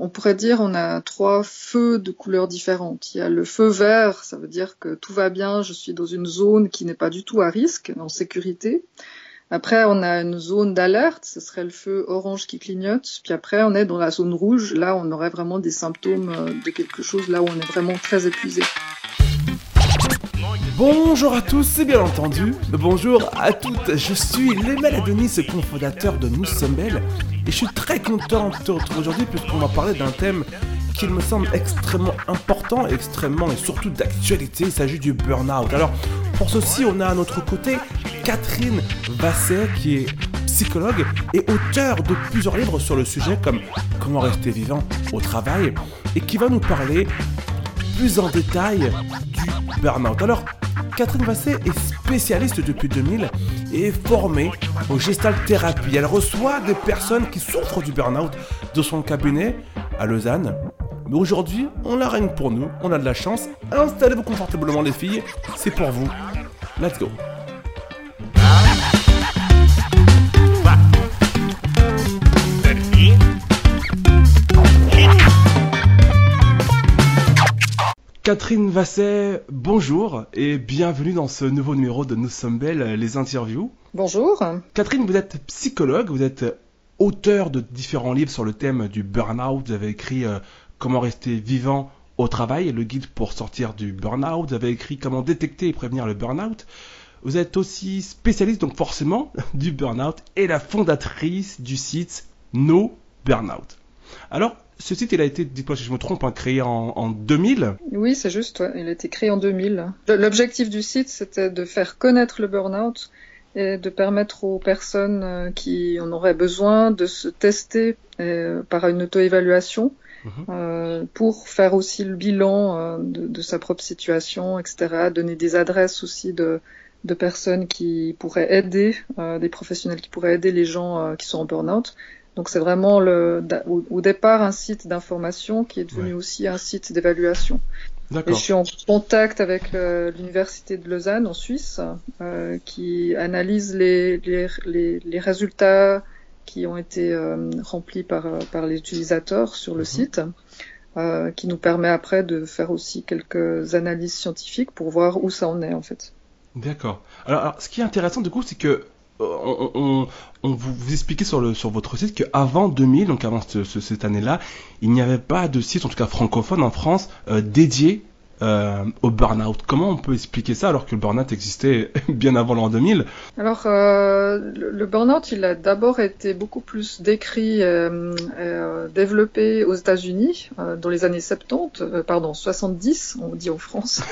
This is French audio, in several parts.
on pourrait dire on a 3 feux de couleurs différentes. Il y a le feu vert, ça veut dire que tout va bien, je suis dans une zone qui n'est pas du tout à risque, en sécurité. Après, on a une zone d'alerte, ce serait le feu orange qui clignote. Puis après, on est dans la zone rouge, là on aurait vraiment des symptômes de quelque chose, là où on est vraiment très épuisé. Bonjour à tous et bien entendu, bonjour à toutes, je suis Lemel Adonis, cofondateur de Nous Sommes Belles, et je suis très content de te retrouver aujourd'hui puisqu'on va parler d'un thème qui me semble extrêmement important, extrêmement et surtout d'actualité, il s'agit du burn-out. Alors pour ceci, on a à notre côté Catherine Vasset qui est psychologue et auteure de plusieurs livres sur le sujet comme Comment rester vivant au travail et qui va nous parler plus en détail du burn-out. Alors, Catherine Vasset est spécialiste depuis 2000 et est formée au Gestalt Thérapie. Elle reçoit des personnes qui souffrent du burn-out dans son cabinet à Lausanne. Mais aujourd'hui, on la règne pour nous, on a de la chance. Installez-vous confortablement les filles, c'est pour vous. Let's go. Catherine Vasset, bonjour et bienvenue dans ce nouveau numéro de Nous Sommes Belles, les interviews. Bonjour. Catherine, vous êtes psychologue, vous êtes auteur de différents livres sur le thème du burn-out. Vous avez écrit Comment rester vivant au travail, le guide pour sortir du burn-out. Vous avez écrit Comment détecter et prévenir le burn-out. Vous êtes aussi spécialiste, donc forcément, du burn-out et la fondatrice du site No Burnout. Alors, ce site, il a été, dites-moi si je me trompe, créé en 2000. Oui, c'est juste, ouais. Il a été créé en 2000. L'objectif du site, c'était de faire connaître le burn-out et de permettre aux personnes qui en auraient besoin de se tester par une auto-évaluation pour faire aussi le bilan de sa propre situation, etc. Donner des adresses aussi de personnes qui pourraient aider, des professionnels qui pourraient aider les gens qui sont en burn-out. Donc c'est vraiment au départ un site d'information qui est devenu aussi un site d'évaluation. D'accord. Et je suis en contact avec l'université de Lausanne en Suisse qui analyse les résultats qui ont été remplis par les utilisateurs sur le site, qui nous permet après de faire aussi quelques analyses scientifiques pour voir où ça en est en fait. D'accord. Alors ce qui est intéressant du coup, c'est que on vous expliquait sur votre site qu'avant 2000, donc avant cette année-là, il n'y avait pas de site, en tout cas francophone en France, dédié au burn-out. Comment on peut expliquer ça alors que le burn-out existait bien avant l'an 2000 ? Alors, le burn-out, il a d'abord été beaucoup plus décrit, développé aux États-Unis dans les années 70, on dit en France.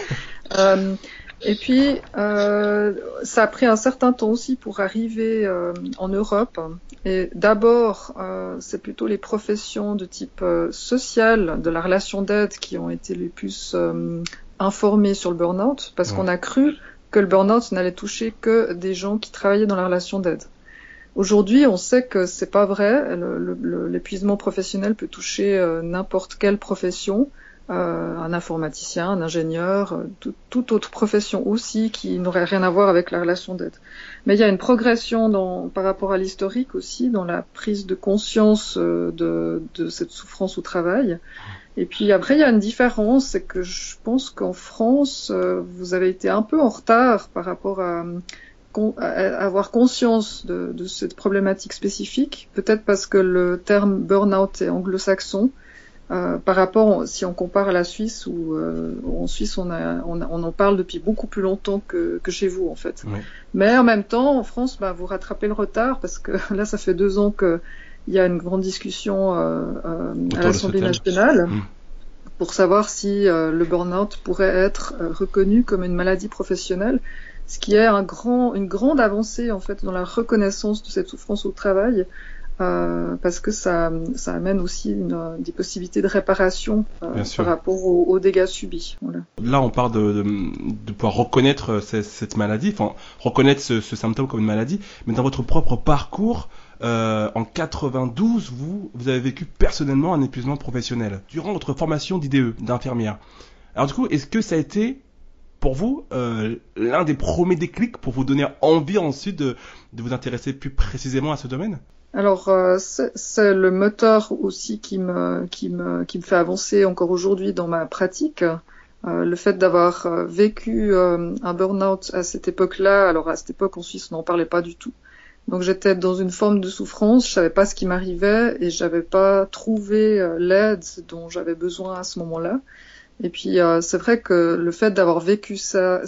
Et puis, ça a pris un certain temps aussi pour arriver en Europe. Et d'abord, c'est plutôt les professions de type social, de la relation d'aide, qui ont été les plus informées sur le burn-out, parce qu'on a cru que le burn-out n'allait toucher que des gens qui travaillaient dans la relation d'aide. Aujourd'hui, on sait que c'est pas vrai. L'épuisement professionnel peut toucher n'importe quelle profession. Un informaticien, un ingénieur, toute autre profession aussi qui n'aurait rien à voir avec la relation d'aide. Mais il y a une progression par rapport à l'historique aussi dans la prise de conscience de cette souffrance au travail. Et puis après, il y a une différence, c'est que je pense qu'en France, vous avez été un peu en retard par rapport à avoir conscience de cette problématique spécifique, peut-être parce que le terme burn-out est anglo-saxon. Par rapport, si on compare à la Suisse, où en Suisse on en parle depuis beaucoup plus longtemps que chez vous en fait. Oui. Mais en même temps, en France, vous rattrapez le retard parce que là, ça fait 2 ans qu'il y a une grande discussion à l'Assemblée nationale pour savoir si le burn-out pourrait être reconnu comme une maladie professionnelle, ce qui est une grande avancée en fait dans la reconnaissance de cette souffrance au travail. Parce que ça amène aussi des possibilités de réparation par rapport aux dégâts subis. Voilà. Là, on parle de pouvoir reconnaître cette maladie, enfin reconnaître ce symptôme comme une maladie, mais dans votre propre parcours, en 92, vous avez vécu personnellement un épuisement professionnel durant votre formation d'IDE, d'infirmière. Alors du coup, est-ce que ça a été pour vous l'un des premiers déclics pour vous donner envie ensuite de vous intéresser plus précisément à ce domaine ? Alors, c'est le moteur aussi qui me fait avancer encore aujourd'hui dans ma pratique. Le fait d'avoir vécu un burn-out à cette époque-là, alors à cette époque en Suisse, on n'en parlait pas du tout. Donc j'étais dans une forme de souffrance, je savais pas ce qui m'arrivait et j'avais pas trouvé l'aide dont j'avais besoin à ce moment-là. Et puis c'est vrai que le fait d'avoir vécu ça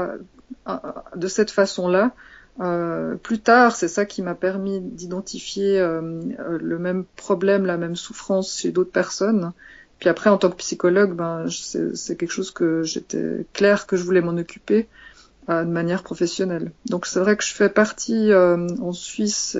de cette façon-là, plus tard, c'est ça qui m'a permis d'identifier le même problème, la même souffrance chez d'autres personnes. Puis après, en tant que psychologue, c'est quelque chose que j'étais clair que je voulais m'en occuper de manière professionnelle. Donc c'est vrai que je fais partie en Suisse,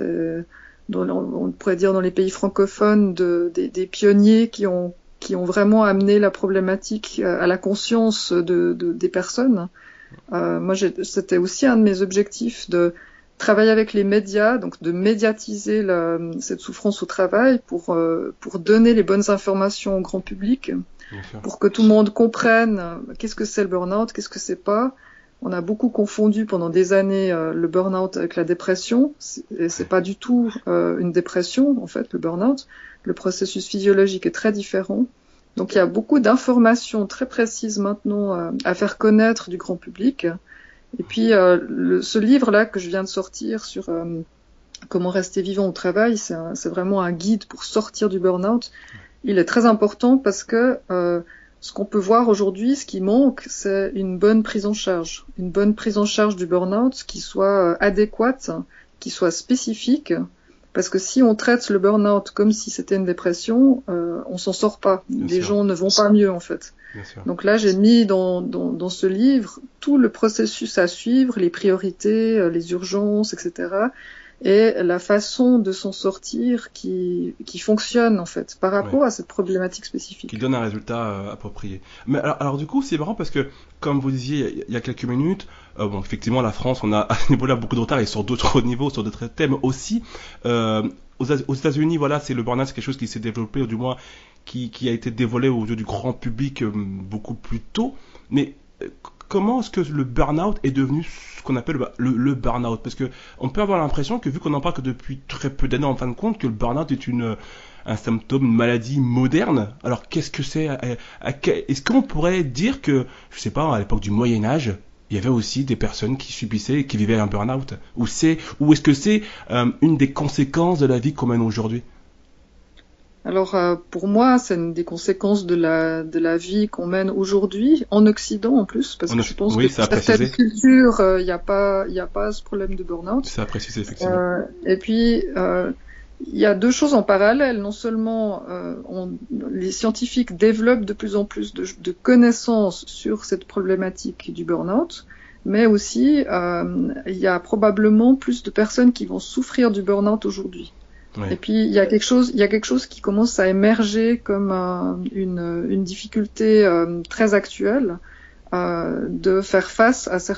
on pourrait dire dans les pays francophones, des pionniers qui ont vraiment amené la problématique à la conscience des personnes. Moi, c'était aussi un de mes objectifs de travailler avec les médias, donc de médiatiser cette souffrance au travail pour donner les bonnes informations au grand public, pour que tout le monde comprenne qu'est-ce que c'est le burn-out, qu'est-ce que c'est pas. On a beaucoup confondu pendant des années le burn-out avec la dépression. C'est pas du tout une dépression, en fait, le burn-out. Le processus physiologique est très différent. Donc il y a beaucoup d'informations très précises maintenant à faire connaître du grand public. Et puis ce livre-là que je viens de sortir sur comment rester vivant au travail, c'est vraiment un guide pour sortir du burn-out. Il est très important parce que ce qu'on peut voir aujourd'hui, ce qui manque, c'est une bonne prise en charge. Une bonne prise en charge du burn-out qui soit adéquate, qui soit spécifique. Parce que si on traite le burn-out comme si c'était une dépression, on s'en sort pas. Les gens ne vont pas mieux, en fait. Donc là, j'ai mis dans ce livre tout le processus à suivre, les priorités, les urgences, etc. Et la façon de s'en sortir qui fonctionne, en fait, par rapport à cette problématique spécifique. Qui donne un résultat approprié. Mais alors du coup, c'est marrant parce que, comme vous disiez il y a quelques minutes, effectivement, la France, on a à ce niveau-là beaucoup de retard et sur d'autres niveaux, sur d'autres thèmes aussi. Aux États-Unis, voilà, c'est le burn-out, c'est quelque chose qui s'est développé, ou du moins qui a été dévoilé aux yeux du grand public beaucoup plus tôt. Mais comment est-ce que le burn-out est devenu ce qu'on appelle le burn-out? Parce que on peut avoir l'impression que, vu qu'on en parle que depuis très peu d'années, en fin de compte, que le burn-out est un symptôme, une maladie moderne. Alors qu'est-ce que c'est? Est-ce qu'on pourrait dire que, je sais pas, à l'époque du Moyen-Âge, il y avait aussi des personnes qui subissaient et qui vivaient un burn-out? Ou est-ce que c'est une des conséquences de la vie qu'on mène aujourd'hui? Alors pour moi, c'est une des conséquences de la vie qu'on mène aujourd'hui en Occident en plus, parce que je pense que dans certaines cultures, il n'y a pas ce problème de burn-out. C'est à préciser, effectivement. Et puis il y a deux choses en parallèle. Non seulement les scientifiques développent de plus en plus de connaissances sur cette problématique du burn-out, mais aussi il y a probablement plus de personnes qui vont souffrir du burn-out aujourd'hui. Oui. Et puis il y a quelque chose qui commence à émerger comme une difficulté très actuelle de faire face à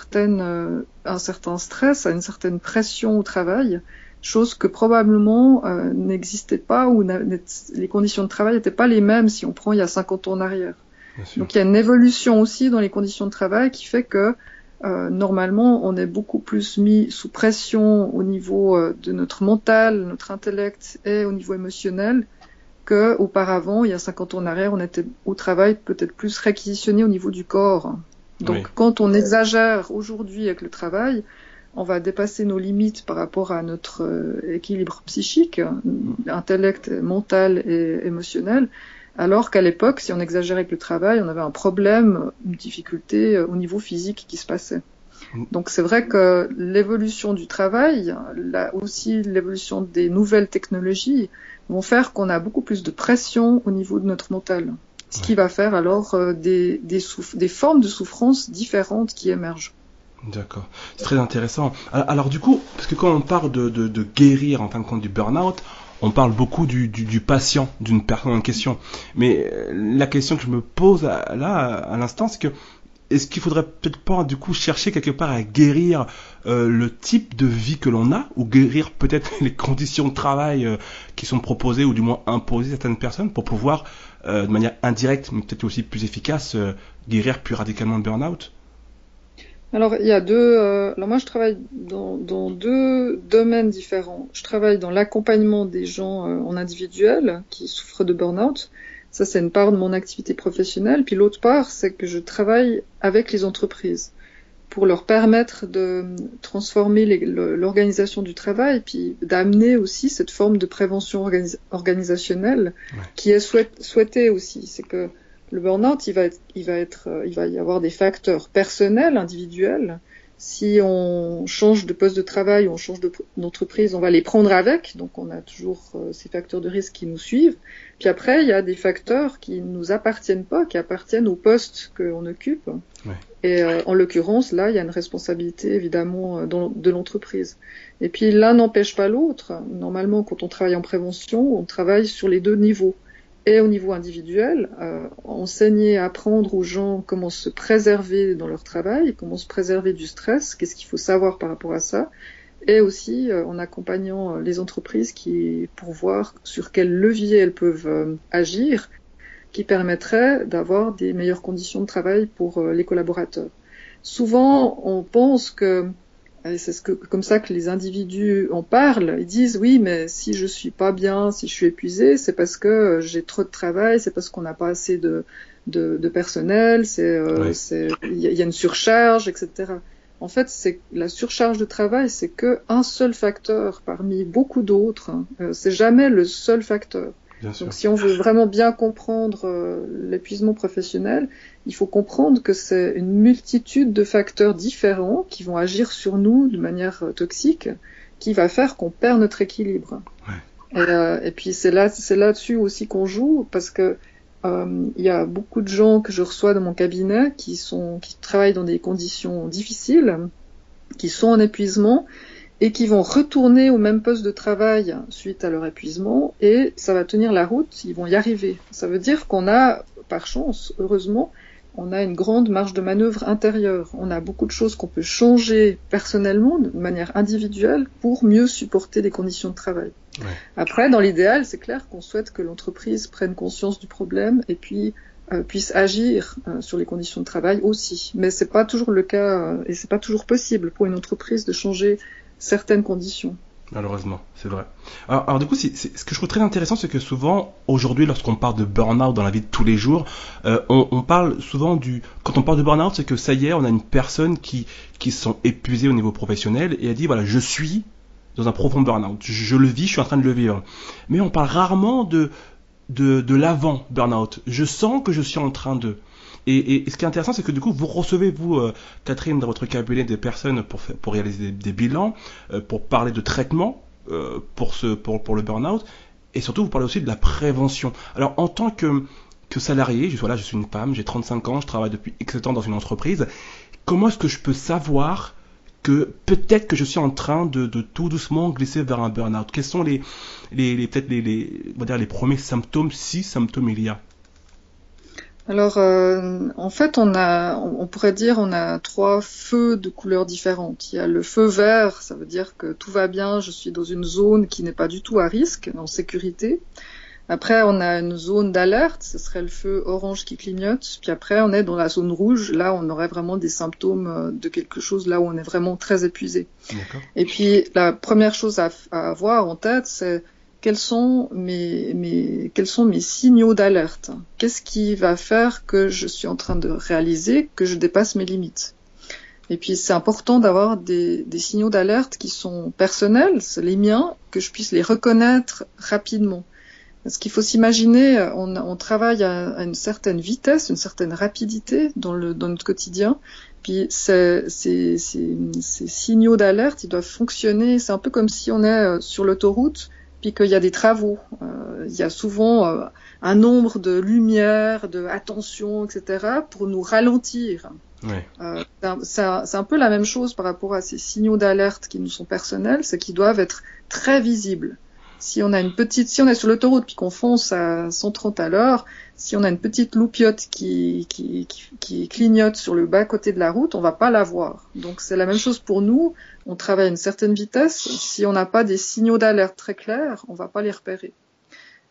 un certain stress, à une certaine pression au travail, chose que probablement n'existait pas, ou les conditions de travail n'étaient pas les mêmes si on prend il y a 50 ans en arrière. Donc il y a une évolution aussi dans les conditions de travail qui fait que normalement, on est beaucoup plus mis sous pression au niveau de notre mental, notre intellect et au niveau émotionnel qu'auparavant, il y a 50 ans en arrière, on était au travail peut-être plus réquisitionné au niveau du corps. Donc, quand on exagère aujourd'hui avec le travail, on va dépasser nos limites par rapport à notre équilibre psychique, intellect, mental et émotionnel. Alors qu'à l'époque, si on exagérait avec le travail, on avait un problème, une difficulté au niveau physique qui se passait. Donc c'est vrai que l'évolution du travail, là aussi l'évolution des nouvelles technologies, vont faire qu'on a beaucoup plus de pression au niveau de notre mental. Ce qui va faire alors des formes de souffrance différentes qui émergent. D'accord, c'est très intéressant. Alors du coup, parce que quand on parle de guérir en fin de compte du burn-out, on parle beaucoup du patient, d'une personne en question. Mais la question que je me pose à l'instant, c'est que est-ce qu'il faudrait peut-être pas du coup chercher quelque part à guérir le type de vie que l'on a, ou guérir peut-être les conditions de travail qui sont proposées, ou du moins imposées à certaines personnes, pour pouvoir de manière indirecte, mais peut-être aussi plus efficace, guérir plus radicalement le burn-out? Alors, il y a alors moi, je travaille dans deux domaines différents. Je travaille dans l'accompagnement des gens en individuel qui souffrent de burn-out. Ça, c'est une part de mon activité professionnelle. Puis l'autre part, c'est que je travaille avec les entreprises pour leur permettre de transformer l'organisation du travail, puis d'amener aussi cette forme de prévention organisationnelle qui est souhaitée aussi. C'est que le burn-out, il va y avoir des facteurs personnels, individuels. Si on change de poste de travail ou on change d'entreprise, on va les prendre avec. Donc, on a toujours ces facteurs de risque qui nous suivent. Puis après, il y a des facteurs qui ne nous appartiennent pas, qui appartiennent au poste qu'on occupe. Ouais. Et en l'occurrence, là, il y a une responsabilité, évidemment, de l'entreprise. Et puis, l'un n'empêche pas l'autre. Normalement, quand on travaille en prévention, on travaille sur les deux niveaux. Et au niveau individuel, enseigner, apprendre aux gens comment se préserver dans leur travail, comment se préserver du stress, qu'est-ce qu'il faut savoir par rapport à ça, et aussi en accompagnant les entreprises pour voir sur quel levier elles peuvent agir, qui permettrait d'avoir des meilleures conditions de travail pour les collaborateurs. Souvent, on pense que et c'est comme ça que les individus en parlent. Ils disent oui, mais si je suis pas bien, si je suis épuisé, c'est parce que j'ai trop de travail, c'est parce qu'on n'a pas assez de personnel, il y a une surcharge, etc. En fait, c'est la surcharge de travail, c'est que un seul facteur parmi beaucoup d'autres. C'est jamais le seul facteur. Donc, si on veut vraiment bien comprendre l'épuisement professionnel, il faut comprendre que c'est une multitude de facteurs différents qui vont agir sur nous de manière toxique, qui va faire qu'on perd notre équilibre. Ouais. Et puis c'est là-dessus aussi qu'on joue, parce que il y a beaucoup de gens que je reçois dans mon cabinet qui travaillent dans des conditions difficiles, qui sont en épuisement, et qui vont retourner au même poste de travail suite à leur épuisement, et ça va tenir la route, ils vont y arriver. Ça veut dire qu'on a, par chance, heureusement, on a une grande marge de manœuvre intérieure. On a beaucoup de choses qu'on peut changer personnellement, de manière individuelle, pour mieux supporter les conditions de travail. Ouais. Après, dans l'idéal, c'est clair qu'on souhaite que l'entreprise prenne conscience du problème et puis puisse agir sur les conditions de travail aussi. Mais c'est pas toujours le cas, et c'est pas toujours possible pour une entreprise de changer certaines conditions. Malheureusement, c'est vrai. Alors du coup, ce que je trouve très intéressant, c'est que souvent, aujourd'hui, lorsqu'on parle de burn-out dans la vie de tous les jours, on parle souvent quand on parle de burn-out, c'est que ça y est, on a une personne qui se sent épuisée au niveau professionnel et elle dit, voilà, je suis dans un profond burn-out. Je le vis, je suis en train de le vivre. Mais on parle rarement de l'avant burn-out. Je sens que je suis en train de... Et ce qui est intéressant, c'est que du coup, vous recevez, Catherine, dans votre cabinet des personnes pour réaliser des bilans, pour parler de traitement pour le burn-out, et surtout, vous parlez aussi de la prévention. Alors, en tant que salarié, je suis une femme, j'ai 35 ans, je travaille depuis X temps dans une entreprise, comment est-ce que je peux savoir que peut-être que je suis en train de tout doucement glisser vers un burn-out? Quels sont peut-être on va dire les premiers symptômes, si symptômes il y a? Alors, en fait, on pourrait dire, on a 3 feux de couleurs différentes. Il y a le feu vert, ça veut dire que tout va bien, je suis dans une zone qui n'est pas du tout à risque, en sécurité. Après, on a une zone d'alerte, ce serait le feu orange qui clignote. Puis après, on est dans la zone rouge, là, on aurait vraiment des symptômes de quelque chose, là où on est vraiment très épuisé. D'accord. Et puis, la première chose à avoir en tête, c'est quels sont mes signaux d'alerte? Qu'est-ce qui va faire que je suis en train de réaliser que je dépasse mes limites? Et puis c'est important d'avoir des signaux d'alerte qui sont personnels, c'est les miens, que je puisse les reconnaître rapidement. Parce qu'il faut s'imaginer, on travaille à une certaine vitesse, une certaine rapidité dans notre quotidien. Puis ces signaux d'alerte, ils doivent fonctionner. C'est un peu comme si on est sur l'autoroute, puis qu'il y a des travaux. Il y a souvent un nombre de lumières, de attention, etc., pour nous ralentir. Ouais. C'est un peu la même chose par rapport à ces signaux d'alerte qui nous sont personnels, c'est qu'ils doivent être très visibles. Si on est sur l'autoroute puis qu'on fonce à 130 à l'heure, si on a une petite loupiote qui clignote sur le bas côté de la route, on va pas la voir. Donc c'est la même chose pour nous. On travaille à une certaine vitesse. Si on n'a pas des signaux d'alerte très clairs, on va pas les repérer.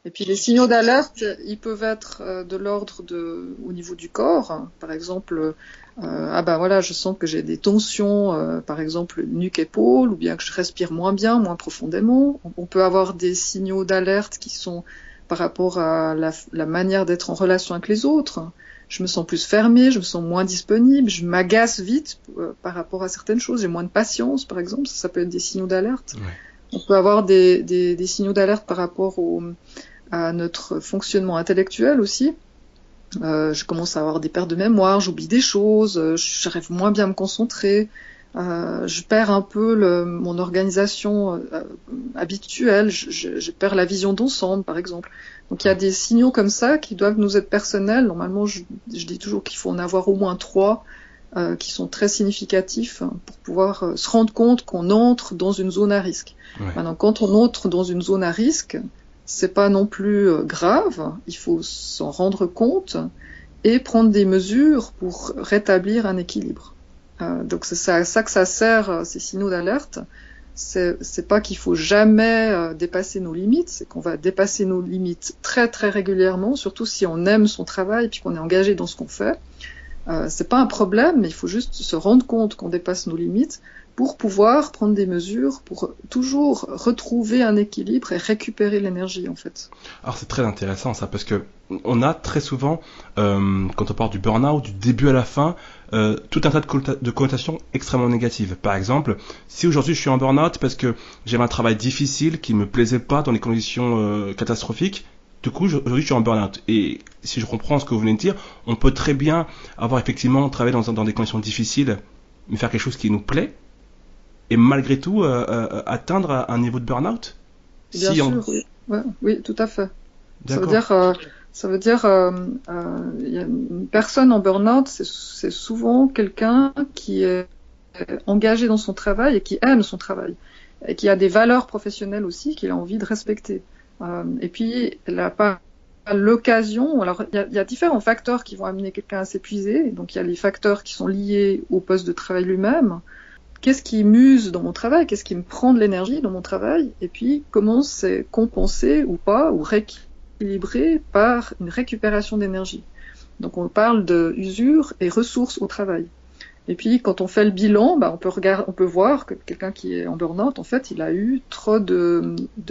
Et puis les signaux d'alerte, ils peuvent être de l'ordre au niveau du corps. Par exemple, je sens que j'ai des tensions, par exemple nuque-épaule, ou bien que je respire moins bien, moins profondément. On peut avoir des signaux d'alerte qui sont par rapport à la manière d'être en relation avec les autres. Je me sens plus fermée, je me sens moins disponible, je m'agace vite par rapport à certaines choses, j'ai moins de patience, par exemple. Ça peut être des signaux d'alerte. Ouais. On peut avoir des signaux d'alerte par rapport à notre fonctionnement intellectuel aussi. Je commence à avoir des pertes de mémoire, j'oublie des choses, j'arrive moins bien à me concentrer, je perds un peu mon organisation habituelle, je perds la vision d'ensemble, par exemple. Donc il y a des signaux comme ça qui doivent nous être personnels. Normalement, je dis toujours qu'il faut en avoir au moins 3 qui sont très significatifs pour pouvoir se rendre compte qu'on entre dans une zone à risque. Ouais. Maintenant, quand on entre dans une zone à risque, c'est pas non plus grave, il faut s'en rendre compte et prendre des mesures pour rétablir un équilibre. Donc c'est ça que ça sert, ces signaux d'alerte. C'est pas qu'il faut jamais dépasser nos limites, c'est qu'on va dépasser nos limites très très régulièrement, surtout si on aime son travail puis qu'on est engagé dans ce qu'on fait. C'est pas un problème, mais il faut juste se rendre compte qu'on dépasse nos limites pour pouvoir prendre des mesures, pour toujours retrouver un équilibre et récupérer l'énergie, en fait. Alors c'est très intéressant ça, parce que on a très souvent, quand on parle du burn-out, du début à la fin, tout un tas de connotations extrêmement négatives. Par exemple, si aujourd'hui je suis en burn-out parce que j'avais un travail difficile qui me plaisait pas dans des conditions catastrophiques, du coup, aujourd'hui, je suis en burn-out. Et si je comprends ce que vous venez de dire, on peut très bien avoir effectivement travaillé dans des conditions difficiles, mais faire quelque chose qui nous plaît, et malgré tout atteindre un niveau de burn-out. Bien sûr, oui. Ouais, oui, tout à fait. Ça veut dire, y a une personne en burn-out, c'est souvent quelqu'un qui est engagé dans son travail et qui aime son travail, et qui a des valeurs professionnelles aussi qu'il a envie de respecter. Et puis, elle n'a pas l'occasion. Alors, il y a différents facteurs qui vont amener quelqu'un à s'épuiser. Donc, il y a les facteurs qui sont liés au poste de travail lui-même. Qu'est-ce qui m'use dans mon travail? Qu'est-ce qui me prend de l'énergie dans mon travail? Et puis, comment c'est compensé ou pas, ou rééquilibré par une récupération d'énergie? Donc, on parle de usure et ressources au travail. Et puis, quand on fait le bilan, on peut voir que quelqu'un qui est en burn-out, en fait, il a eu trop de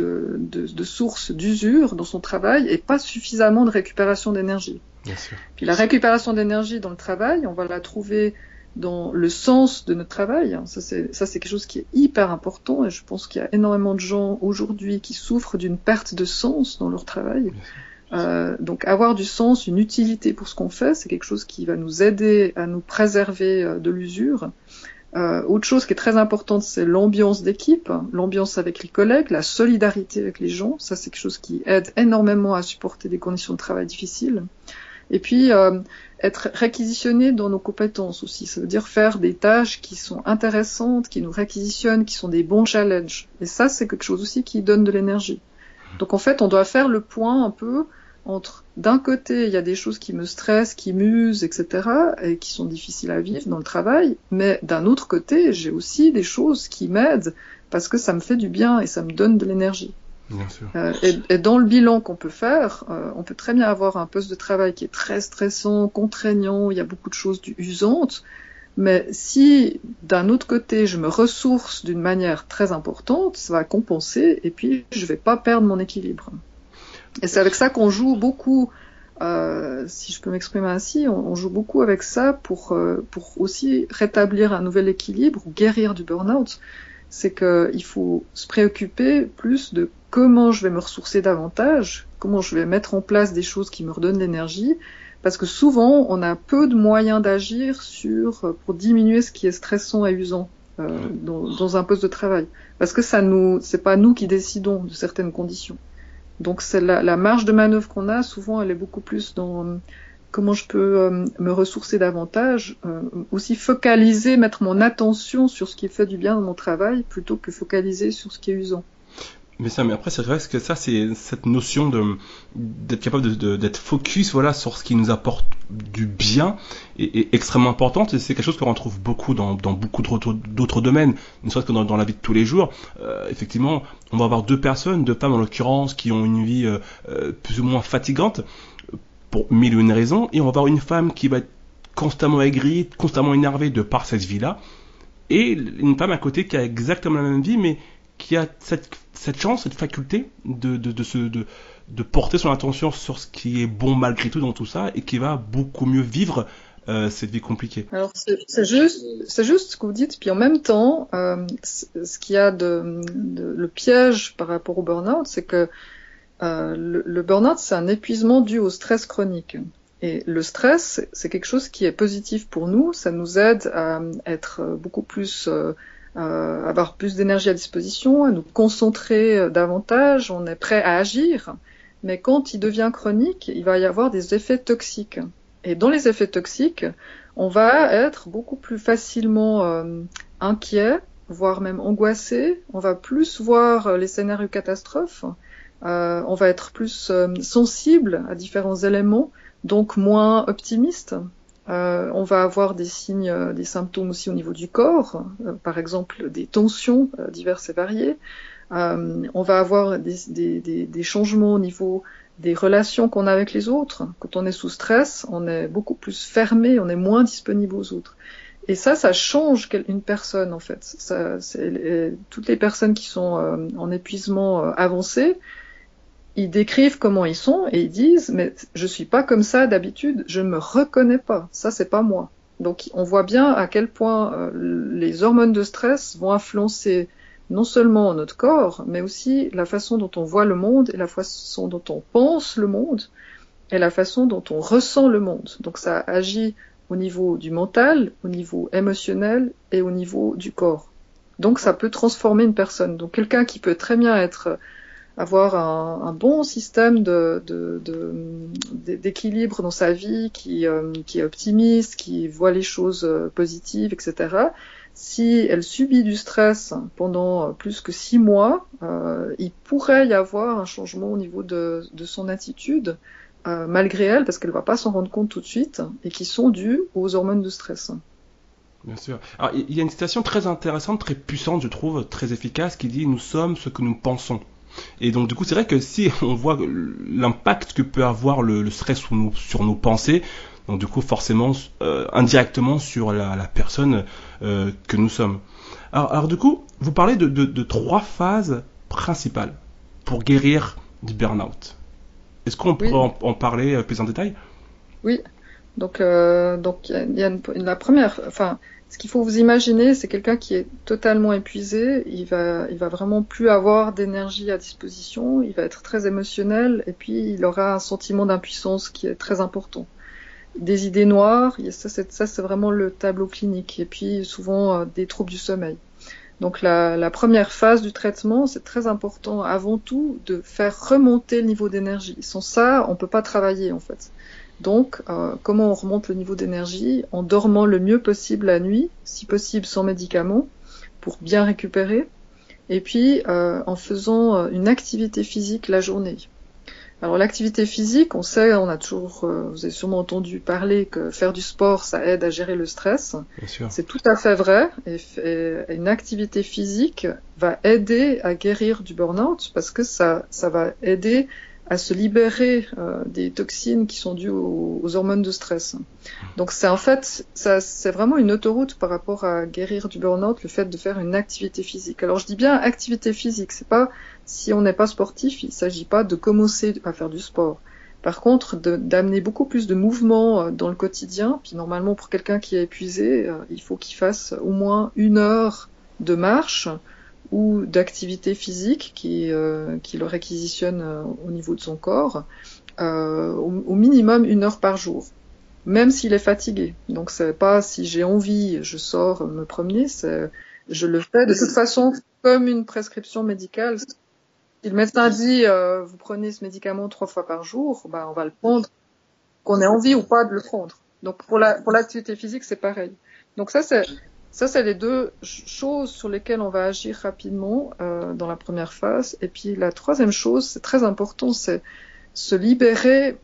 sources d'usure dans son travail et pas suffisamment de récupération d'énergie. Bien sûr. Puis la récupération d'énergie dans le travail, on va la trouver dans le sens de notre travail. Ça, c'est quelque chose qui est hyper important et je pense qu'il y a énormément de gens aujourd'hui qui souffrent d'une perte de sens dans leur travail. Donc avoir du sens, une utilité pour ce qu'on fait, c'est quelque chose qui va nous aider à nous préserver de l'usure. Autre chose qui est très importante, c'est l'ambiance d'équipe, l'ambiance avec les collègues, la solidarité avec les gens. Ça, c'est quelque chose qui aide énormément à supporter des conditions de travail difficiles. Et puis, être réquisitionné dans nos compétences aussi. Ça veut dire faire des tâches qui sont intéressantes, qui nous réquisitionnent, qui sont des bons challenges. Et ça, c'est quelque chose aussi qui donne de l'énergie. Donc en fait, on doit faire le point un peu entre, d'un côté, il y a des choses qui me stressent, qui m'usent, etc., et qui sont difficiles à vivre dans le travail, mais d'un autre côté, j'ai aussi des choses qui m'aident parce que ça me fait du bien et ça me donne de l'énergie. Bien sûr. Et dans le bilan qu'on peut faire, on peut très bien avoir un poste de travail qui est très stressant, contraignant, il y a beaucoup de choses usantes, mais si d'un autre côté je me ressource d'une manière très importante, ça va compenser et puis je vais pas perdre mon équilibre. Et c'est avec ça qu'on joue beaucoup, si je peux m'exprimer ainsi, on joue beaucoup avec ça pour aussi rétablir un nouvel équilibre ou guérir du burn-out. C'est qu'il faut se préoccuper plus de comment je vais me ressourcer davantage, comment je vais mettre en place des choses qui me redonnent l'énergie, parce que souvent on a peu de moyens d'agir pour diminuer ce qui est stressant et usant dans un poste de travail, parce que c'est pas nous qui décidons de certaines conditions. Donc c'est la marge de manœuvre qu'on a, souvent elle est beaucoup plus dans comment je peux me ressourcer davantage, aussi focaliser, mettre mon attention sur ce qui fait du bien dans mon travail, plutôt que focaliser sur ce qui est usant. Mais ça, mais après, c'est vrai que ça, c'est cette notion d'être capable d'être focus, voilà, sur ce qui nous apporte du bien est extrêmement importante. Et c'est quelque chose qu'on retrouve beaucoup dans beaucoup d'autres domaines, ne serait-ce que dans la vie de tous les jours. Effectivement, on va avoir deux femmes en l'occurrence, qui ont une vie plus ou moins fatigante pour mille ou une raisons, et on va avoir une femme qui va être constamment aigrie, constamment énervée de par cette vie-là, et une femme à côté qui a exactement la même vie, mais qui a cette chance, cette faculté de porter son attention sur ce qui est bon malgré tout dans tout ça, et qui va beaucoup mieux vivre cette vie compliquée. Alors c'est juste ce que vous dites, puis en même temps, ce qu'il y a le piège par rapport au burn-out, c'est que le burn-out, c'est un épuisement dû au stress chronique. Et le stress, c'est quelque chose qui est positif pour nous, ça nous aide à être beaucoup plus avoir plus d'énergie à disposition, à nous concentrer davantage, on est prêt à agir, mais quand il devient chronique, il va y avoir des effets toxiques. Et dans les effets toxiques, on va être beaucoup plus facilement inquiet, voire même angoissé, on va plus voir les scénarios catastrophes, on va être plus sensible à différents éléments, donc moins optimiste. On va avoir des signes, des symptômes aussi au niveau du corps, par exemple des tensions diverses et variées. On va avoir des changements au niveau des relations qu'on a avec les autres. Quand on est sous stress, on est beaucoup plus fermé, on est moins disponible aux autres. Et ça change une personne en fait. Toutes les personnes qui sont en épuisement avancé, ils décrivent comment ils sont et ils disent mais je suis pas comme ça d'habitude, je ne me reconnais pas, ça c'est pas moi. Donc on voit bien à quel point les hormones de stress vont influencer non seulement notre corps, mais aussi la façon dont on voit le monde et la façon dont on pense le monde et la façon dont on ressent le monde. Donc ça agit au niveau du mental, au niveau émotionnel et au niveau du corps. Donc ça peut transformer une personne. Donc quelqu'un qui peut très bien avoir un bon système d'équilibre dans sa vie, qui est optimiste, qui voit les choses positives, etc. Si elle subit du stress pendant plus que 6 mois, il pourrait y avoir un changement au niveau de son attitude, malgré elle, parce qu'elle va pas s'en rendre compte tout de suite, et qui sont dues aux hormones de stress. Bien sûr. Alors, il y a une citation très intéressante, très puissante, je trouve, très efficace, qui dit « Nous sommes ce que nous pensons ». Et donc du coup c'est vrai que si on voit l'impact que peut avoir le stress sur nos pensées, donc du coup forcément indirectement sur la personne que nous sommes. Alors du coup vous parlez de 3 phases principales pour guérir du burn-out. Est-ce qu'on pourrait en parler plus en détail? Oui, donc il y a la première, enfin ce qu'il faut vous imaginer, c'est quelqu'un qui est totalement épuisé, il va vraiment plus avoir d'énergie à disposition, il va être très émotionnel et puis il aura un sentiment d'impuissance qui est très important. Des idées noires, ça c'est vraiment le tableau clinique, et puis souvent des troubles du sommeil. Donc la première phase du traitement, c'est très important avant tout de faire remonter le niveau d'énergie. Sans ça, on peut pas travailler en fait. Donc, comment on remonte le niveau d'énergie? En dormant le mieux possible la nuit, si possible sans médicaments, pour bien récupérer, et puis en faisant une activité physique la journée. Alors l'activité physique, on sait, vous avez sûrement entendu parler que faire du sport, ça aide à gérer le stress. Bien sûr. C'est tout à fait vrai, et une activité physique va aider à guérir du burn-out, parce que ça va aider à se libérer des toxines qui sont dues aux hormones de stress. Donc c'est vraiment une autoroute par rapport à guérir du burn-out, le fait de faire une activité physique. Alors je dis bien activité physique, c'est pas, si on n'est pas sportif, il s'agit pas de commencer à faire du sport. Par contre, d'amener beaucoup plus de mouvement dans le quotidien, puis normalement pour quelqu'un qui est épuisé, il faut qu'il fasse au moins 1 heure de marche ou d'activité physique qui le réquisitionne au niveau de son corps, au minimum 1 heure par jour, même s'il est fatigué. Donc c'est pas si j'ai envie, je sors me promener, je le fais de toute façon comme une prescription médicale. Si le médecin dit vous prenez ce médicament 3 fois par jour, on va le prendre, qu'on ait envie ou pas de le prendre. Donc pour l'activité physique c'est pareil. Donc ça Ça, c'est les deux choses sur lesquelles on va agir rapidement dans la première phase. Et puis la troisième chose, c'est très important, c'est se libérer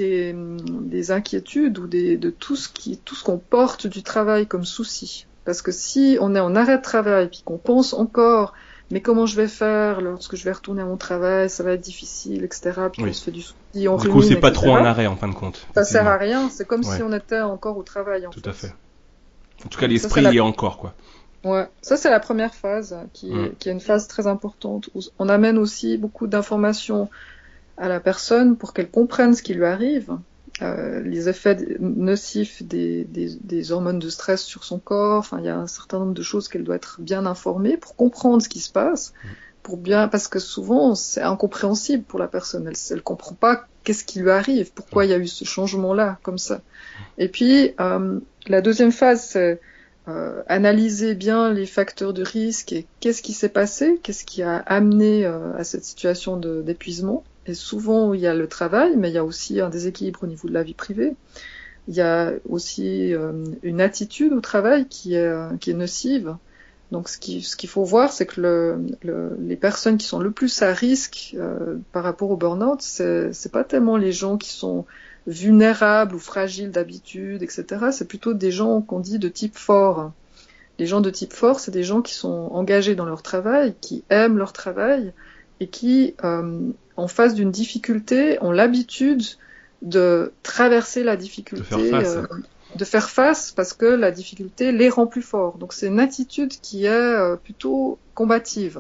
des inquiétudes ou de tout ce qu'on porte du travail comme souci. Parce que si on est en arrêt de travail puis qu'on pense encore, mais comment je vais faire lorsque je vais retourner à mon travail, ça va être difficile, etc. Puis on se fait du souci, on rumine, du coup, c'est pas etc. trop un arrêt en fin de compte. Ça sert à rien. C'est comme si on était encore au travail. Tout à fait. En tout cas, l'esprit y est encore, quoi. Ouais, ça c'est la première phase qui est une phase très importante où on amène aussi beaucoup d'informations à la personne pour qu'elle comprenne ce qui lui arrive, les effets nocifs des hormones de stress sur son corps. Enfin, il y a un certain nombre de choses qu'elle doit être bien informée pour comprendre ce qui se passe, parce que souvent c'est incompréhensible pour la personne. Elle comprend pas qu'est-ce qui lui arrive, pourquoi il y a eu ce changement-là comme ça. Et puis la deuxième phase, c'est analyser bien les facteurs de risque et qu'est-ce qui s'est passé, qu'est-ce qui a amené à cette situation d'épuisement. Et souvent, il y a le travail, mais il y a aussi un déséquilibre au niveau de la vie privée. Il y a aussi une attitude au travail qui est nocive. Donc, ce qu'il faut voir, c'est que les personnes qui sont le plus à risque par rapport au burn-out, c'est pas tellement les gens qui sont vulnérables ou fragiles d'habitude, etc. C'est plutôt des gens qu'on dit de type fort. Les gens de type fort, c'est des gens qui sont engagés dans leur travail, qui aiment leur travail et qui, en face d'une difficulté, ont l'habitude de traverser la difficulté, de faire face parce que la difficulté les rend plus forts. Donc c'est une attitude qui est plutôt combative.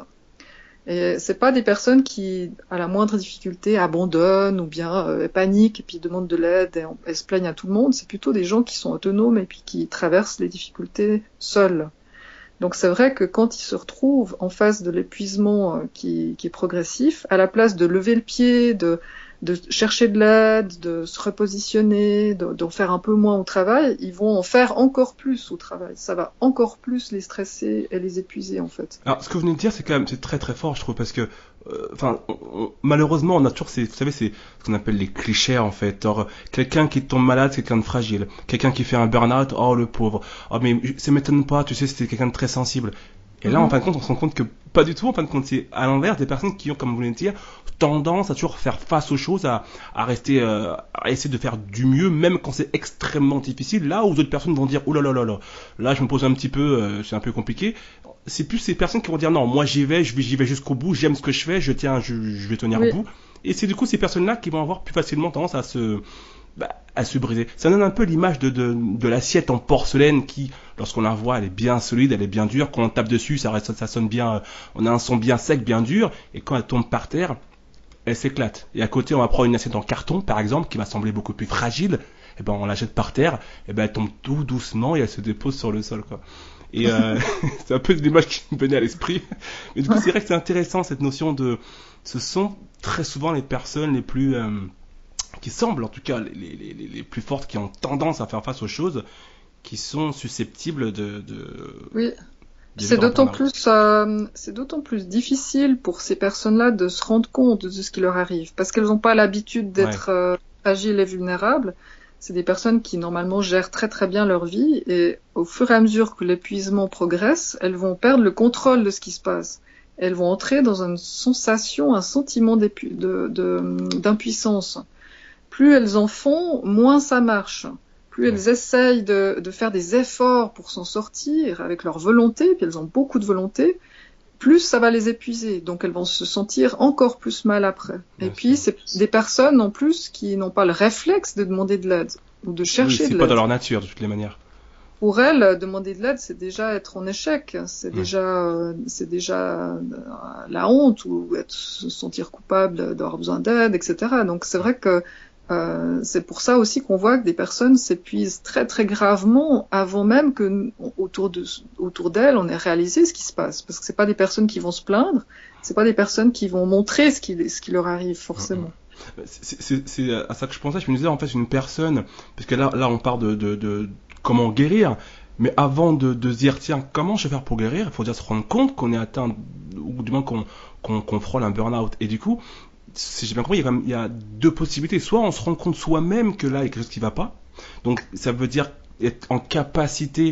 Et c'est pas des personnes qui, à la moindre difficulté, abandonnent ou bien paniquent et puis demandent de l'aide et se plaignent à tout le monde. C'est plutôt des gens qui sont autonomes et puis qui traversent les difficultés seuls. Donc c'est vrai que quand ils se retrouvent en face de l'épuisement qui est progressif, à la place de lever le pied, de chercher de l'aide, de se repositionner, d'en faire un peu moins au travail, ils vont en faire encore plus au travail. Ça va encore plus les stresser et les épuiser en fait. Alors ce que vous venez de dire, c'est très très fort, je trouve, parce que malheureusement, on a toujours vous savez, c'est ce qu'on appelle les clichés en fait. Or, quelqu'un qui tombe malade, c'est quelqu'un de fragile. Quelqu'un qui fait un burn-out, oh le pauvre. Oh mais ça m'étonne pas, tu sais, c'était quelqu'un de très sensible. Et là, en fin de compte, on se rend compte que pas du tout. En fin de compte, c'est à l'inverse des personnes qui ont, comme vous venez de dire, tendance à toujours faire face aux choses, à rester, à essayer de faire du mieux, même quand c'est extrêmement difficile. Là où d'autres personnes vont dire, oh là là là là, là je me pose un petit peu, c'est un peu compliqué. C'est plus ces personnes qui vont dire, non, moi j'y vais jusqu'au bout, j'aime ce que je fais, je vais tenir bout. Et c'est du coup ces personnes-là qui vont avoir plus facilement tendance à se briser. Ça donne un peu l'image de l'assiette en porcelaine qui, lorsqu'on la voit, elle est bien solide, elle est bien dure. Quand on tape dessus, ça sonne bien, on a un son bien sec, bien dur. Et quand elle tombe par terre, elle s'éclate. Et à côté, on va prendre une assiette en carton, par exemple, qui va sembler beaucoup plus fragile. Et ben, on la jette par terre, et ben, elle tombe tout doucement et elle se dépose sur le sol, quoi. Et c'est un peu l'image qui me venait à l'esprit. Mais du coup, c'est vrai que c'est intéressant cette notion de, ce sont très souvent les personnes les plus qui semblent en tout cas les plus fortes, qui ont tendance à faire face aux choses, qui sont susceptibles Oui, c'est d'autant plus difficile pour ces personnes-là de se rendre compte de ce qui leur arrive, parce qu'elles n'ont pas l'habitude d'être fragiles et vulnérables. C'est des personnes qui normalement gèrent très très bien leur vie, et au fur et à mesure que l'épuisement progresse, elles vont perdre le contrôle de ce qui se passe. Elles vont entrer dans une sensation, un sentiment d'impuissance. Plus elles en font, moins ça marche. Plus elles essayent de faire des efforts pour s'en sortir avec leur volonté, puis elles ont beaucoup de volonté, plus ça va les épuiser. Donc elles vont se sentir encore plus mal après. Et puis c'est des personnes en plus qui n'ont pas le réflexe de demander de l'aide ou de chercher de l'aide. C'est pas dans leur nature de toutes les manières. Pour elles, demander de l'aide, c'est déjà être en échec, c'est déjà la honte ou se sentir coupable d'avoir besoin d'aide, etc. Donc c'est vrai que c'est pour ça aussi qu'on voit que des personnes s'épuisent très très gravement avant même que autour d'elles on ait réalisé ce qui se passe, parce que c'est pas des personnes qui vont se plaindre, c'est pas des personnes qui vont montrer ce qui leur arrive forcément. C'est à ça que je pensais. Je me disais en fait une personne, parce que là on parle de comment guérir, mais avant de se dire tiens comment je vais faire pour guérir, il faut déjà se rendre compte qu'on est atteint, ou du moins qu'on frôle un burn-out. Et du coup, si j'ai bien compris, il y a deux possibilités. Soit on se rend compte soi-même que là il y a quelque chose qui va pas, donc ça veut dire être en capacité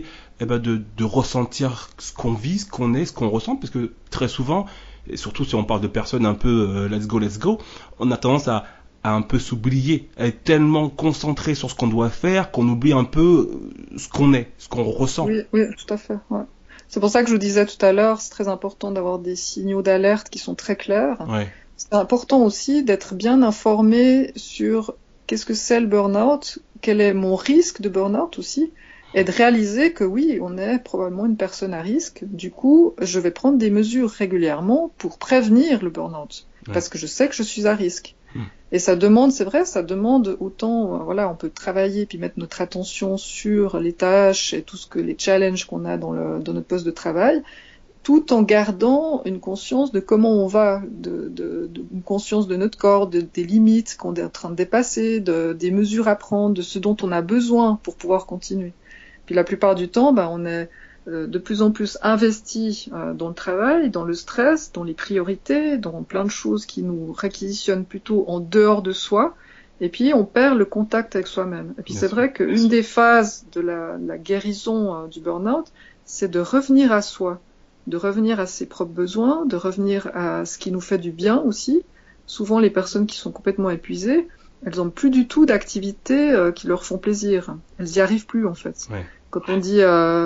de ressentir ce qu'on vit, ce qu'on est, ce qu'on ressent, parce que très souvent, et surtout si on parle de personnes un peu let's go, on a tendance à un peu s'oublier, à être tellement concentré sur ce qu'on doit faire qu'on oublie un peu ce qu'on est, ce qu'on ressent. Oui, tout à fait. Ouais. C'est pour ça que je vous disais tout à l'heure, c'est très important d'avoir des signaux d'alerte qui sont très clairs. Ouais. C'est important aussi d'être bien informé sur qu'est-ce que c'est le burn-out, quel est mon risque de burn-out aussi, et de réaliser que oui, on est probablement une personne à risque. Du coup, je vais prendre des mesures régulièrement pour prévenir le burn-out, parce que je sais que je suis à risque. Et ça demande, c'est vrai, ça demande autant, voilà, on peut travailler puis mettre notre attention sur les tâches et tout ce que les challenges qu'on a dans notre poste de travail, tout en gardant une conscience de comment on va, une conscience de notre corps, des limites qu'on est en train de dépasser, des mesures à prendre, de ce dont on a besoin pour pouvoir continuer. Puis la plupart du temps, on est de plus en plus investi dans le travail, dans le stress, dans les priorités, dans plein de choses qui nous réquisitionnent plutôt en dehors de soi, et puis on perd le contact avec soi-même. Et puis c'est vrai qu'une des phases de la guérison du burn-out, c'est de revenir à soi, de revenir à ses propres besoins, de revenir à ce qui nous fait du bien aussi. Souvent les personnes qui sont complètement épuisées, elles n'ont plus du tout d'activités qui leur font plaisir. Elles n'y arrivent plus en fait. Ouais. Quand on dit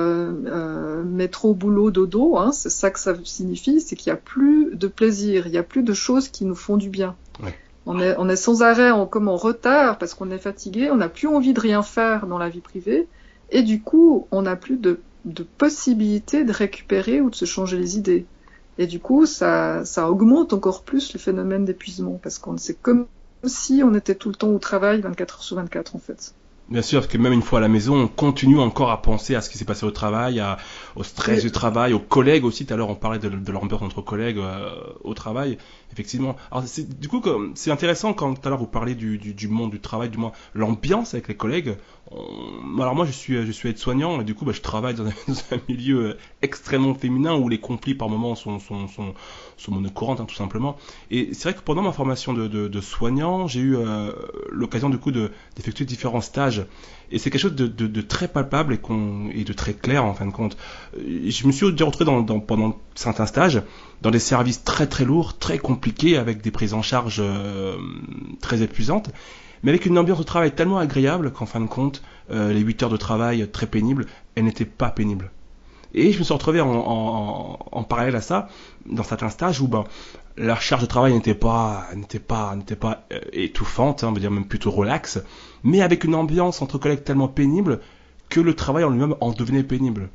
métro, boulot, dodo, c'est ça que ça signifie, c'est qu'il n'y a plus de plaisir, il n'y a plus de choses qui nous font du bien. Ouais. On est sans arrêt comme en retard parce qu'on est fatigué, on n'a plus envie de rien faire dans la vie privée, et du coup, on n'a plus de possibilité de récupérer ou de se changer les idées. Et du coup, ça augmente encore plus le phénomène d'épuisement, parce qu'on c'est comme si on était tout le temps au travail 24 heures sur 24 en fait. Bien sûr, parce que même une fois à la maison, on continue encore à penser à ce qui s'est passé au travail, au stress du travail, aux collègues aussi. Tout à l'heure, on parlait de l'ambiance entre collègues au travail, effectivement. Alors, du coup, c'est intéressant quand tout à l'heure vous parlez du monde du travail, du moins l'ambiance avec les collègues. Alors moi, je suis aide-soignant et du coup, je travaille dans un milieu extrêmement féminin où les conflits par moments sont monnaie courante, tout simplement. Et c'est vrai que pendant ma formation de soignant, j'ai eu l'occasion du coup d'effectuer différents stages. Et c'est quelque chose de très palpable et de très clair en fin de compte. Je me suis déjà retrouvé pendant certains stages dans des services très très lourds, très compliqués, avec des prises en charge très épuisantes, mais avec une ambiance de travail tellement agréable qu'en fin de compte, les 8 heures de travail très pénibles, elles n'étaient pas pénibles. Et je me suis retrouvé en parallèle à ça, dans certains stages où la charge de travail n'était pas étouffante, on va dire même plutôt relax, mais avec une ambiance entre collègues tellement pénible que le travail en lui-même en devenait pénible.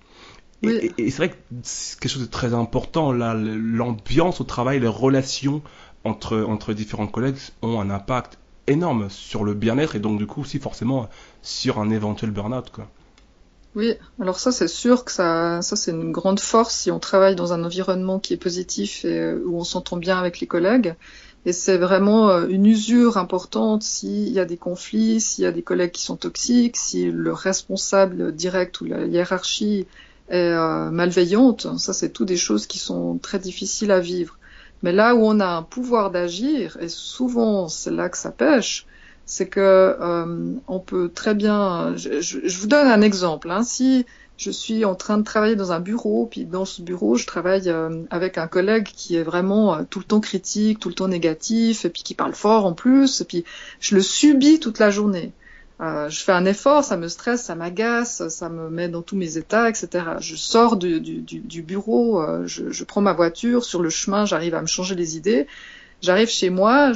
Oui. Et c'est vrai que c'est quelque chose de très important, l'ambiance au travail, les relations entre différents collègues ont un impact énorme sur le bien-être et donc du coup aussi forcément sur un éventuel burn-out, quoi. Oui, alors ça c'est sûr que ça c'est une grande force si on travaille dans un environnement qui est positif et où on s'entend bien avec les collègues. Et c'est vraiment une usure importante s'il y a des conflits, s'il y a des collègues qui sont toxiques, si le responsable direct ou la hiérarchie est malveillante. Ça c'est tout des choses qui sont très difficiles à vivre. Mais là où on a un pouvoir d'agir, et souvent c'est là que ça pêche, c'est que on peut très bien. Je vous donne un exemple. Si je suis en train de travailler dans un bureau, puis dans ce bureau, je travaille avec un collègue qui est vraiment tout le temps critique, tout le temps négatif, et puis qui parle fort en plus, et puis je le subis toute la journée. Je fais un effort, ça me stresse, ça m'agace, ça me met dans tous mes états, etc. Je sors du bureau, je prends ma voiture, sur le chemin, j'arrive à me changer les idées. J'arrive chez moi,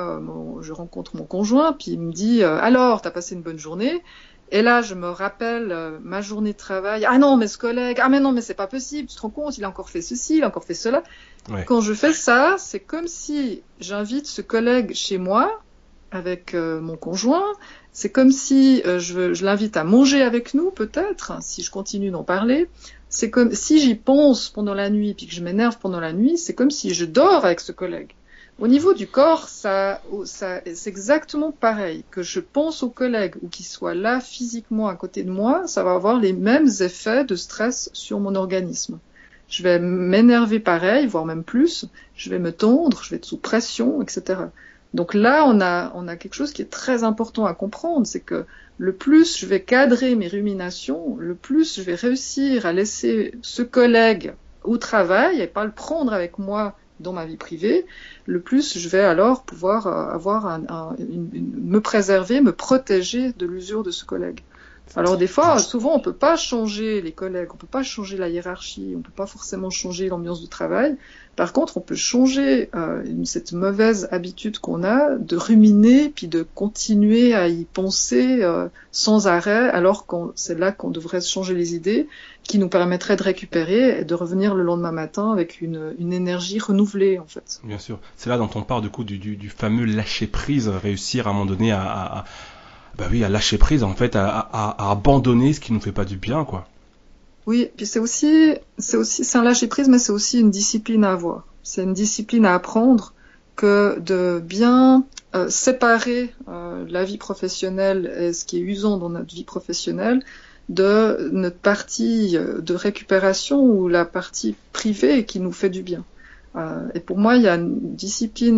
je rencontre mon conjoint, puis il me dit alors, t'as passé une bonne journée? Et là, je me rappelle ma journée de travail. Ah non, mais ce collègue, ah mais non, mais c'est pas possible. Tu te rends compte, il a encore fait ceci, il a encore fait cela. Ouais. Quand je fais ça, c'est comme si j'invite ce collègue chez moi avec mon conjoint. C'est comme si je l'invite à manger avec nous, peut-être, si je continue d'en parler. C'est comme si j'y pense pendant la nuit, puis que je m'énerve pendant la nuit. C'est comme si je dors avec ce collègue. Au niveau du corps, ça c'est exactement pareil. Que je pense aux collègues ou qu'ils soient là physiquement à côté de moi, ça va avoir les mêmes effets de stress sur mon organisme. Je vais m'énerver pareil, voire même plus. Je vais me tondre, je vais être sous pression, etc. Donc là, on a quelque chose qui est très important à comprendre, c'est que le plus je vais cadrer mes ruminations, le plus je vais réussir à laisser ce collègue au travail et pas le prendre avec moi dans ma vie privée, le plus je vais alors pouvoir avoir me préserver, me protéger de l'usure de ce collègue. Alors des fois, souvent, on peut pas changer les collègues, on peut pas changer la hiérarchie, on peut pas forcément changer l'ambiance du travail. Par contre, on peut changer cette mauvaise habitude qu'on a de ruminer puis de continuer à y penser sans arrêt, alors que c'est là qu'on devrait changer les idées, qui nous permettraient de récupérer et de revenir le lendemain matin avec une énergie renouvelée, en fait. Bien sûr. C'est là dont on parle du coup du fameux lâcher prise, réussir à un moment donné à lâcher prise, en fait, à abandonner ce qui nous fait pas du bien, quoi. Oui, puis c'est un lâcher prise, mais c'est aussi une discipline à avoir. C'est une discipline à apprendre que de bien séparer la vie professionnelle et ce qui est usant dans notre vie professionnelle de notre partie de récupération ou la partie privée qui nous fait du bien. Et pour moi, il y a une discipline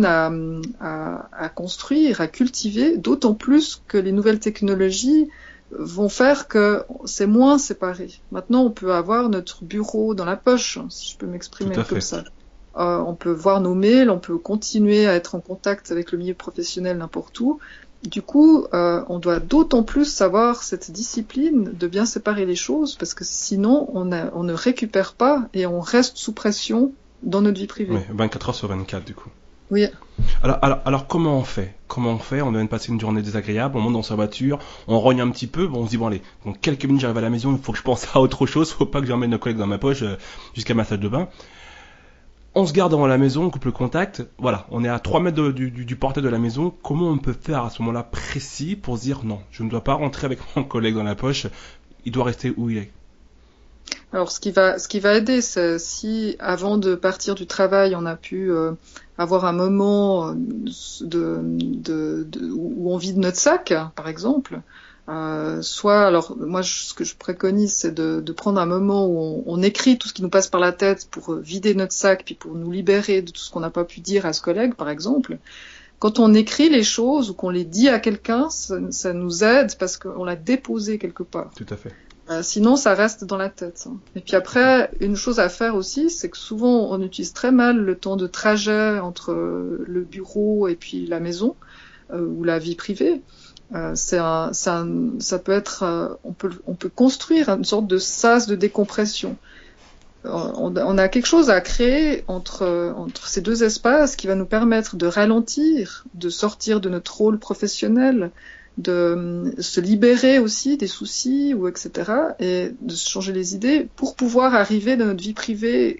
à construire, à cultiver, d'autant plus que les nouvelles technologies vont faire que c'est moins séparé. Maintenant, on peut avoir notre bureau dans la poche, si je peux m'exprimer comme ça. On peut voir nos mails, on peut continuer à être en contact avec le milieu professionnel n'importe où. Du coup, on doit d'autant plus savoir cette discipline de bien séparer les choses, parce que sinon, on ne récupère pas et on reste sous pression dans notre vie privée. Oui, 24 heures sur 24, du coup. Oui. Alors comment on fait ? On vient de passer une journée désagréable, on monte dans sa voiture, on rogne un petit peu, on se dit bon allez, dans quelques minutes j'arrive à la maison, il faut que je pense à autre chose, faut pas que j'emmène nos collègues dans ma poche jusqu'à ma salle de bain. On se garde devant la maison, on coupe le contact, voilà, on est à 3 mètres du portail de la maison. Comment on peut faire à ce moment-là précis pour se dire non, je ne dois pas rentrer avec mon collègue dans la poche, il doit rester où il est ? Alors, ce qui va aider, c'est si, avant de partir du travail, on a pu avoir un moment où on vide notre sac, par exemple. Alors, moi, ce que je préconise, c'est de prendre un moment où on écrit tout ce qui nous passe par la tête pour vider notre sac, puis pour nous libérer de tout ce qu'on n'a pas pu dire à ce collègue, par exemple. Quand on écrit les choses ou qu'on les dit à quelqu'un, ça nous aide parce qu'on l'a déposé quelque part. Tout à fait. Sinon, ça reste dans la tête. Et puis après, une chose à faire aussi, c'est que souvent, on utilise très mal le temps de trajet entre le bureau et puis la maison ou la vie privée. Ça peut être, on peut construire une sorte de sas de décompression. On a quelque chose à créer entre ces deux espaces qui va nous permettre de ralentir, de sortir de notre rôle professionnel, de se libérer aussi des soucis ou etc. et de se changer les idées pour pouvoir arriver dans notre vie privée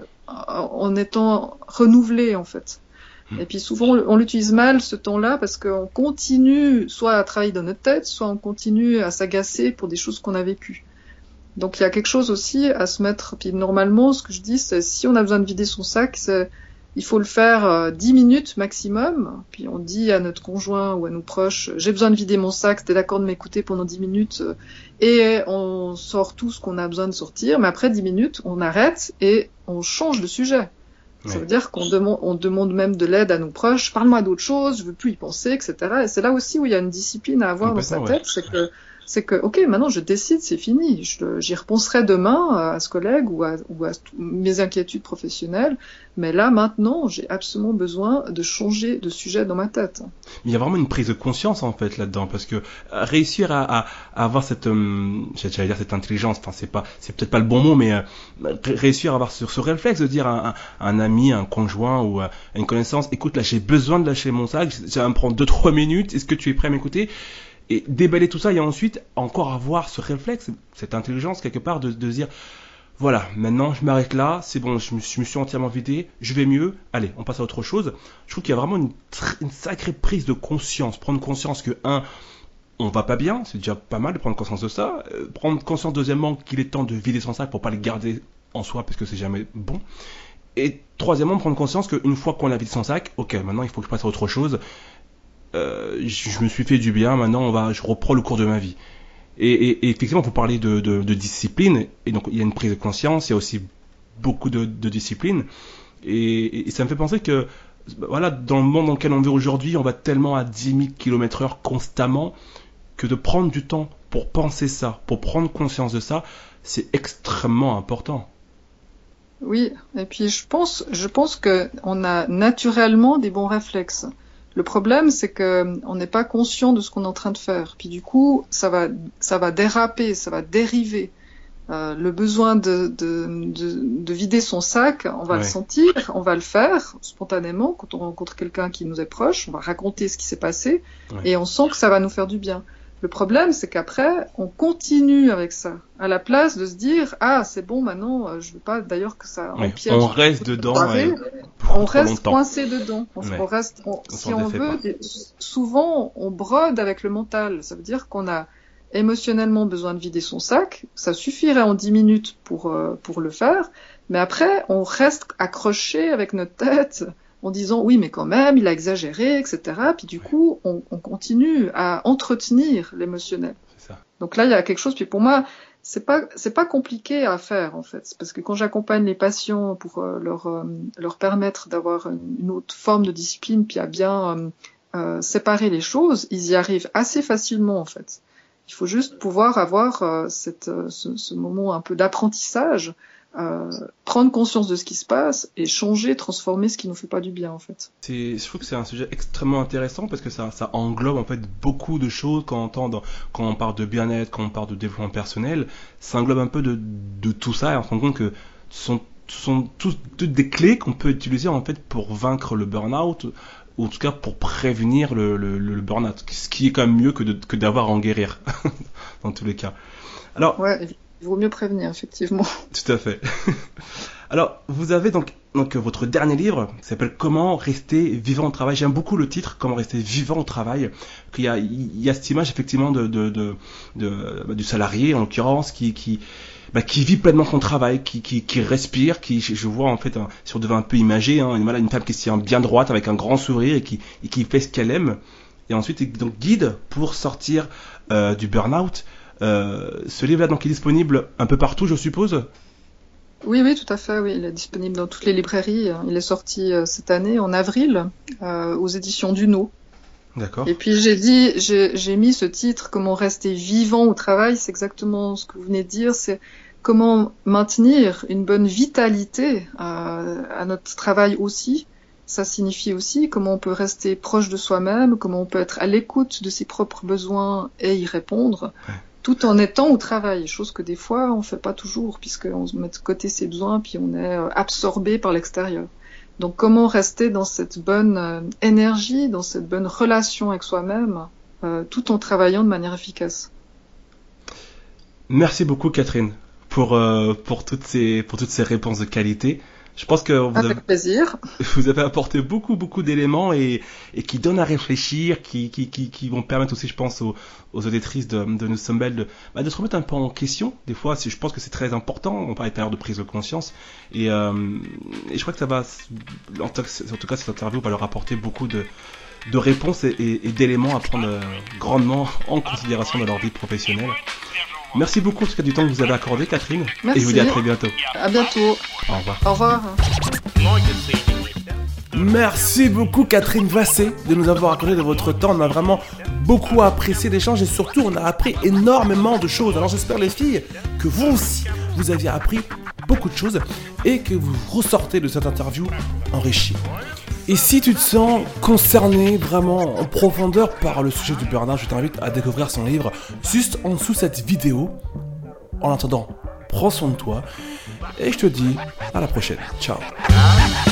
en étant renouvelé en fait. Et puis souvent on l'utilise mal ce temps-là parce qu'on continue soit à travailler dans notre tête, soit on continue à s'agacer pour des choses qu'on a vécues. Donc il y a quelque chose aussi à se mettre. Puis normalement ce que je dis c'est si on a besoin de vider son sac, il faut le faire 10 minutes maximum, puis on dit à notre conjoint ou à nos proches « j'ai besoin de vider mon sac, t'es d'accord de m'écouter pendant 10 minutes ?» et on sort tout ce qu'on a besoin de sortir, mais après 10 minutes, on arrête et on change de sujet. Ouais. Ça veut dire qu'on demande même de l'aide à nos proches « parle-moi d'autre chose, je veux plus y penser, etc. » Et c'est là aussi où il y a une discipline à avoir dans sa tête, c'est que, ok, maintenant je décide, c'est fini. J'y repenserai demain à ce collègue ou à mes inquiétudes professionnelles. Mais là, maintenant, j'ai absolument besoin de changer de sujet dans ma tête. Il y a vraiment une prise de conscience, en fait, là-dedans. Parce que réussir à avoir cette, j'allais dire cette intelligence, enfin, c'est peut-être pas le bon mot, mais réussir à avoir ce réflexe de dire à un ami, à un conjoint ou à une connaissance, écoute, là, j'ai besoin de lâcher mon sac, ça va me prendre 2-3 minutes, est-ce que tu es prêt à m'écouter ? Et déballer tout ça et ensuite encore avoir ce réflexe, cette intelligence quelque part de se dire voilà, maintenant je m'arrête là, c'est bon, je me suis entièrement vidé, je vais mieux, allez, on passe à autre chose. Je trouve qu'il y a vraiment une sacrée prise de conscience, prendre conscience que on va pas bien, c'est déjà pas mal de prendre conscience de ça, prendre conscience deuxièmement qu'il est temps de vider son sac pour pas le garder en soi parce que c'est jamais bon. Et troisièmement, prendre conscience qu'une fois qu'on a vidé son sac, ok, maintenant il faut que je passe à autre chose. Je me suis fait du bien, maintenant je reprends le cours de ma vie. Et effectivement, vous parlez de discipline, et donc il y a une prise de conscience, il y a aussi beaucoup de discipline, et ça me fait penser que voilà, dans le monde dans lequel on vit aujourd'hui, on va tellement à 10 000 km/h constamment que de prendre du temps pour penser ça, pour prendre conscience de ça, c'est extrêmement important. Oui, et puis je pense que on a naturellement des bons réflexes. Le problème, c'est que on n'est pas conscient de ce qu'on est en train de faire. Puis du coup, ça va déraper, ça va dériver. Le besoin de vider son sac, on va le sentir, on va le faire spontanément quand on rencontre quelqu'un qui nous est proche, on va raconter ce qui s'est passé et on sent que ça va nous faire du bien. Le problème, c'est qu'après, on continue avec ça, à la place de se dire « Ah, c'est bon, maintenant, je veux pas d'ailleurs que ça empiète. » On reste dedans. On reste coincé dedans. Si on veut, souvent, on brode avec le mental. Ça veut dire qu'on a émotionnellement besoin de vider son sac. Ça suffirait en 10 minutes pour le faire. Mais après, on reste accroché avec notre tête en disant oui mais quand même il a exagéré, etc. Puis du coup on continue à entretenir l'émotionnel. C'est ça. Donc là il y a quelque chose. Puis pour moi c'est pas compliqué à faire en fait, parce que quand j'accompagne les patients pour leur permettre d'avoir une autre forme de discipline puis à bien séparer les choses, ils y arrivent assez facilement en fait. Il faut juste pouvoir avoir ce moment un peu d'apprentissage. Prendre conscience de ce qui se passe et changer, transformer ce qui nous fait pas du bien en fait. Je trouve que c'est un sujet extrêmement intéressant parce que ça englobe en fait beaucoup de choses quand on parle de bien-être, quand on parle de développement personnel, ça englobe un peu de tout ça et on se rend compte que ce sont toutes des clés qu'on peut utiliser en fait pour vaincre le burn-out ou en tout cas pour prévenir le burn-out, ce qui est quand même mieux que d'avoir à en guérir dans tous les cas. Alors, ouais. Il vaut mieux prévenir, effectivement. Tout à fait. Alors, vous avez donc votre dernier livre qui s'appelle Comment rester vivant au travail. J'aime beaucoup le titre, Comment rester vivant au travail. Il y a cette image effectivement du salarié en l'occurrence qui vit pleinement son travail, qui respire, je vois en fait, si on devait un peu imager, une femme qui se tient bien droite avec un grand sourire et qui fait ce qu'elle aime. Et ensuite, il donc guide pour sortir du burn-out. Ce livre-là donc est disponible un peu partout, je suppose. Oui, tout à fait. Oui, il est disponible dans toutes les librairies. Il est sorti cette année en avril aux éditions Duno. D'accord. Et puis j'ai mis ce titre Comment rester vivant au travail. C'est exactement ce que vous venez de dire. C'est comment maintenir une bonne vitalité à notre travail aussi. Ça signifie aussi comment on peut rester proche de soi-même, comment on peut être à l'écoute de ses propres besoins et y répondre. Ouais. Tout en étant au travail, chose que des fois on fait pas toujours puisqu'on met de côté ses besoins puis on est absorbé par l'extérieur. Donc comment rester dans cette bonne énergie, dans cette bonne relation avec soi-même, tout en travaillant de manière efficace. Merci beaucoup Catherine pour toutes ces réponses de qualité. Je pense que vous avez apporté beaucoup d'éléments et qui donnent à réfléchir, qui vont permettre aussi, je pense, aux auditrices de Nous sommes belles de se remettre un peu en question. Des fois, je pense que c'est très important. On parlait tout à l'heure de prise de conscience et je crois que ça va, en tout cas, cette interview va leur apporter beaucoup de réponses et d'éléments à prendre grandement en considération dans leur vie professionnelle. Merci beaucoup en tout cas du temps que vous avez accordé, Catherine. Merci. Et je vous dis à très bientôt. À bientôt. Au revoir. Au revoir. Merci beaucoup Catherine Vassé de nous avoir accordé de votre temps. On a vraiment beaucoup apprécié l'échange et surtout on a appris énormément de choses. Alors j'espère les filles que vous aussi vous aviez appris beaucoup de choses et que vous ressortez de cette interview enrichis. Et si tu te sens concerné vraiment en profondeur par le sujet du burn-out, je t'invite à découvrir son livre juste en dessous de cette vidéo. En attendant, prends soin de toi et je te dis à la prochaine. Ciao.